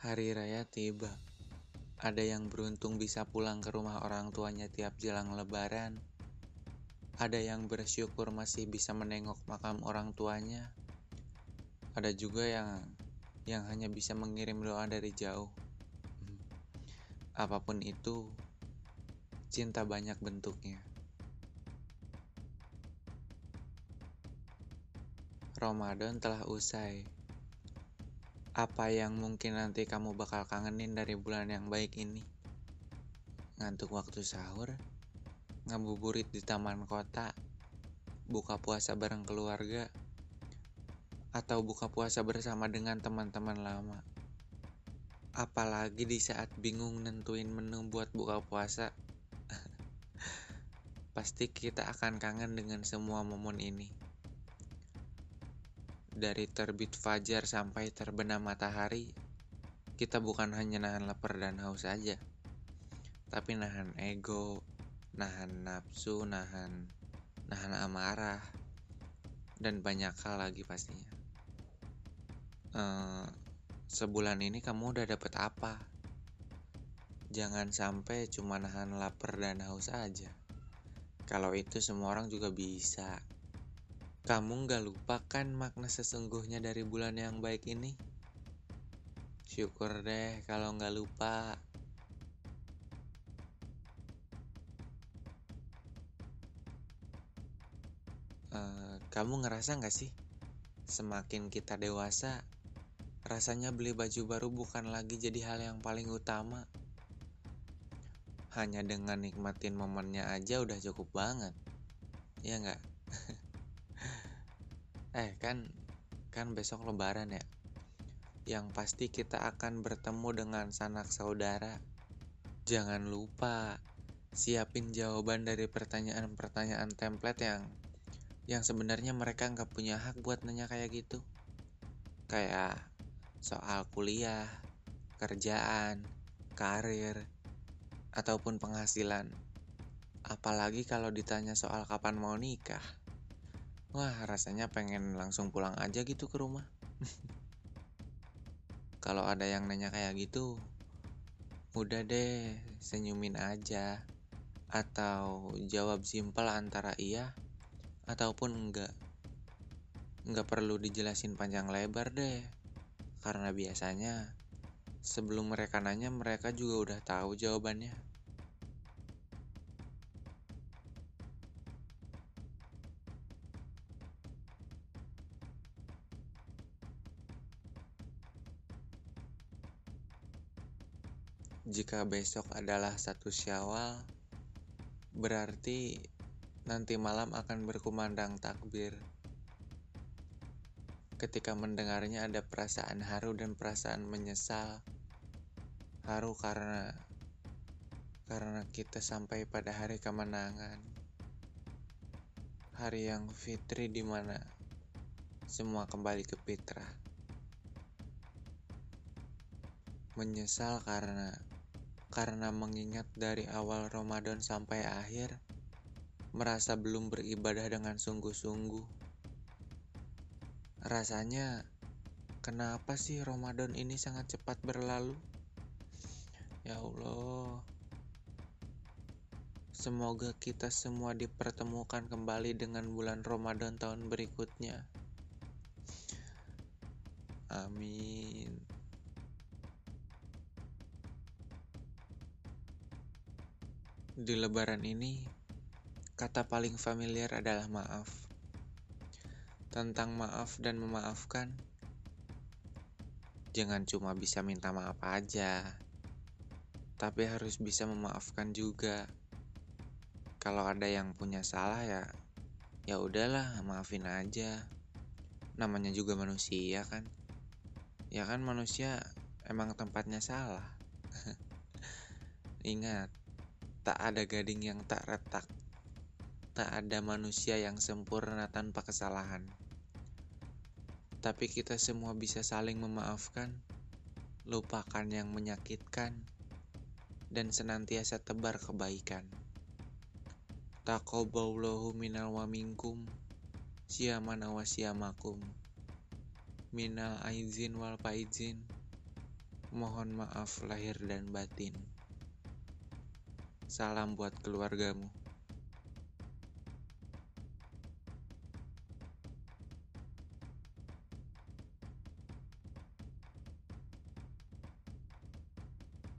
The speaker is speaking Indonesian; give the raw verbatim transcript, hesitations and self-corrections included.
Hari raya tiba. Ada yang beruntung bisa pulang ke rumah orang tuanya tiap jelang lebaran. Ada yang bersyukur masih bisa menengok makam orang tuanya. Ada juga yang yang hanya bisa mengirim doa dari jauh. Hmm. Apapun itu, cinta banyak bentuknya. Ramadan telah usai. Apa yang mungkin nanti kamu bakal kangenin dari bulan yang baik ini? Ngantuk waktu sahur? Ngabuburit di taman kota? Buka puasa bareng keluarga? Atau buka puasa bersama dengan teman-teman lama? Apalagi di saat bingung nentuin menu buat buka puasa. Pasti kita akan kangen dengan semua momen ini. Dari terbit fajar sampai terbenam matahari, kita bukan hanya nahan lapar dan haus saja, tapi nahan ego, nahan nafsu, nahan nahan amarah, dan banyak hal lagi pastinya. Eh, sebulan ini kamu udah dapet apa? Jangan sampai cuma nahan lapar dan haus aja. Kalau itu semua orang juga bisa. Kamu gak lupa kan makna sesungguhnya dari bulan yang baik ini? Syukur deh kalau gak lupa. Uh, kamu ngerasa gak sih? Semakin kita dewasa, rasanya beli baju baru bukan lagi jadi hal yang paling utama. Hanya dengan nikmatin momennya aja udah cukup banget. Iya gak? eh kan, kan besok lebaran ya. Yang pasti kita akan bertemu dengan sanak saudara. Jangan lupa siapin jawaban dari pertanyaan-pertanyaan template yang yang sebenarnya mereka nggak punya hak buat nanya kayak gitu. Kayak soal kuliah, kerjaan, karir, ataupun penghasilan. Apalagi kalau ditanya soal kapan mau nikah. Wah, rasanya pengen langsung pulang aja gitu ke rumah. Kalau ada yang nanya kayak gitu, udah deh, senyumin aja. Atau jawab simpel antara iya ataupun enggak. Enggak perlu dijelasin panjang lebar deh. Karena biasanya sebelum mereka nanya, mereka juga udah tahu jawabannya. Jika besok adalah satu Syawal, berarti nanti malam akan berkumandang takbir. Ketika mendengarnya ada perasaan haru dan perasaan menyesal. Haru karena karena kita sampai pada hari kemenangan. Hari yang fitri di mana semua kembali ke fitrah. Menyesal karena karena mengingat dari awal Ramadan sampai akhir, merasa belum beribadah dengan sungguh-sungguh. Rasanya, kenapa sih Ramadan ini sangat cepat berlalu? Ya Allah, semoga kita semua dipertemukan kembali dengan bulan Ramadan tahun berikutnya. Amin. Di lebaran ini, kata paling familiar adalah maaf. Tentang maaf dan memaafkan, jangan cuma bisa minta maaf aja, tapi harus bisa memaafkan juga. Kalau ada yang punya salah ya, ya udahlah, maafin aja. Namanya juga manusia kan. Ya kan manusia emang tempatnya salah. Ingat, tak ada gading yang tak retak. Tak ada manusia yang sempurna tanpa kesalahan. Tapi kita semua bisa saling memaafkan, lupakan yang menyakitkan, dan senantiasa tebar kebaikan. Taqabbalallahu minal wa minkum, siyamana wa siyamakum, minal aizin wal faizin, Mohon maaf lahir dan batin. Salam buat keluargamu.